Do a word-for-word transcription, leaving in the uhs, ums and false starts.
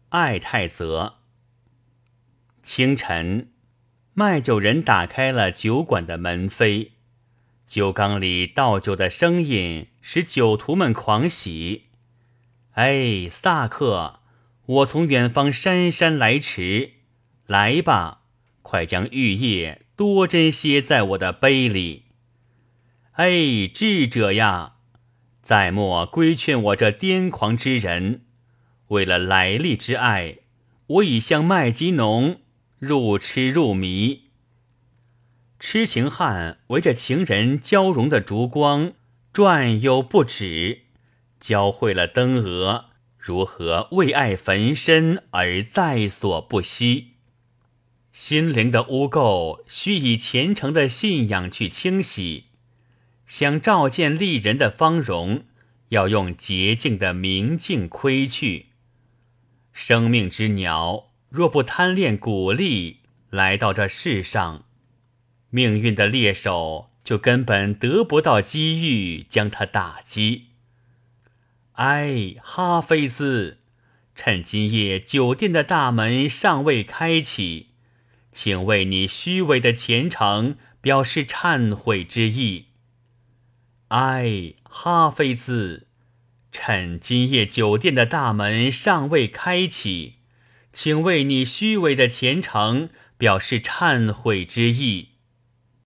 艾太泽。清晨，卖酒人打开了酒馆的门扉，酒缸里倒酒的声音使酒徒们狂喜。哎，萨克，我从远方姗姗来迟，来吧，快将玉液多斟些在我的杯里。哎，智者呀，再莫规劝我这癫狂之人，为了来历之爱，我已向麦基农入痴入迷。痴情汉围着情人交融的烛光转悠不止，教会了灯蛾如何为爱焚身而在所不惜。心灵的污垢需以虔诚的信仰去清洗，想照见丽人的芳容，要用洁净的明镜窥去。生命之鸟若不贪恋鼓励来到这世上，命运的猎手就根本得不到机遇将它打击。哎，哈菲兹，趁今夜酒店的大门尚未开启，请为你虚伪的虔诚表示忏悔之意。哎，哈菲兹，趁今夜酒店的大门尚未开启，请为你虚伪的虔诚表示忏悔之意。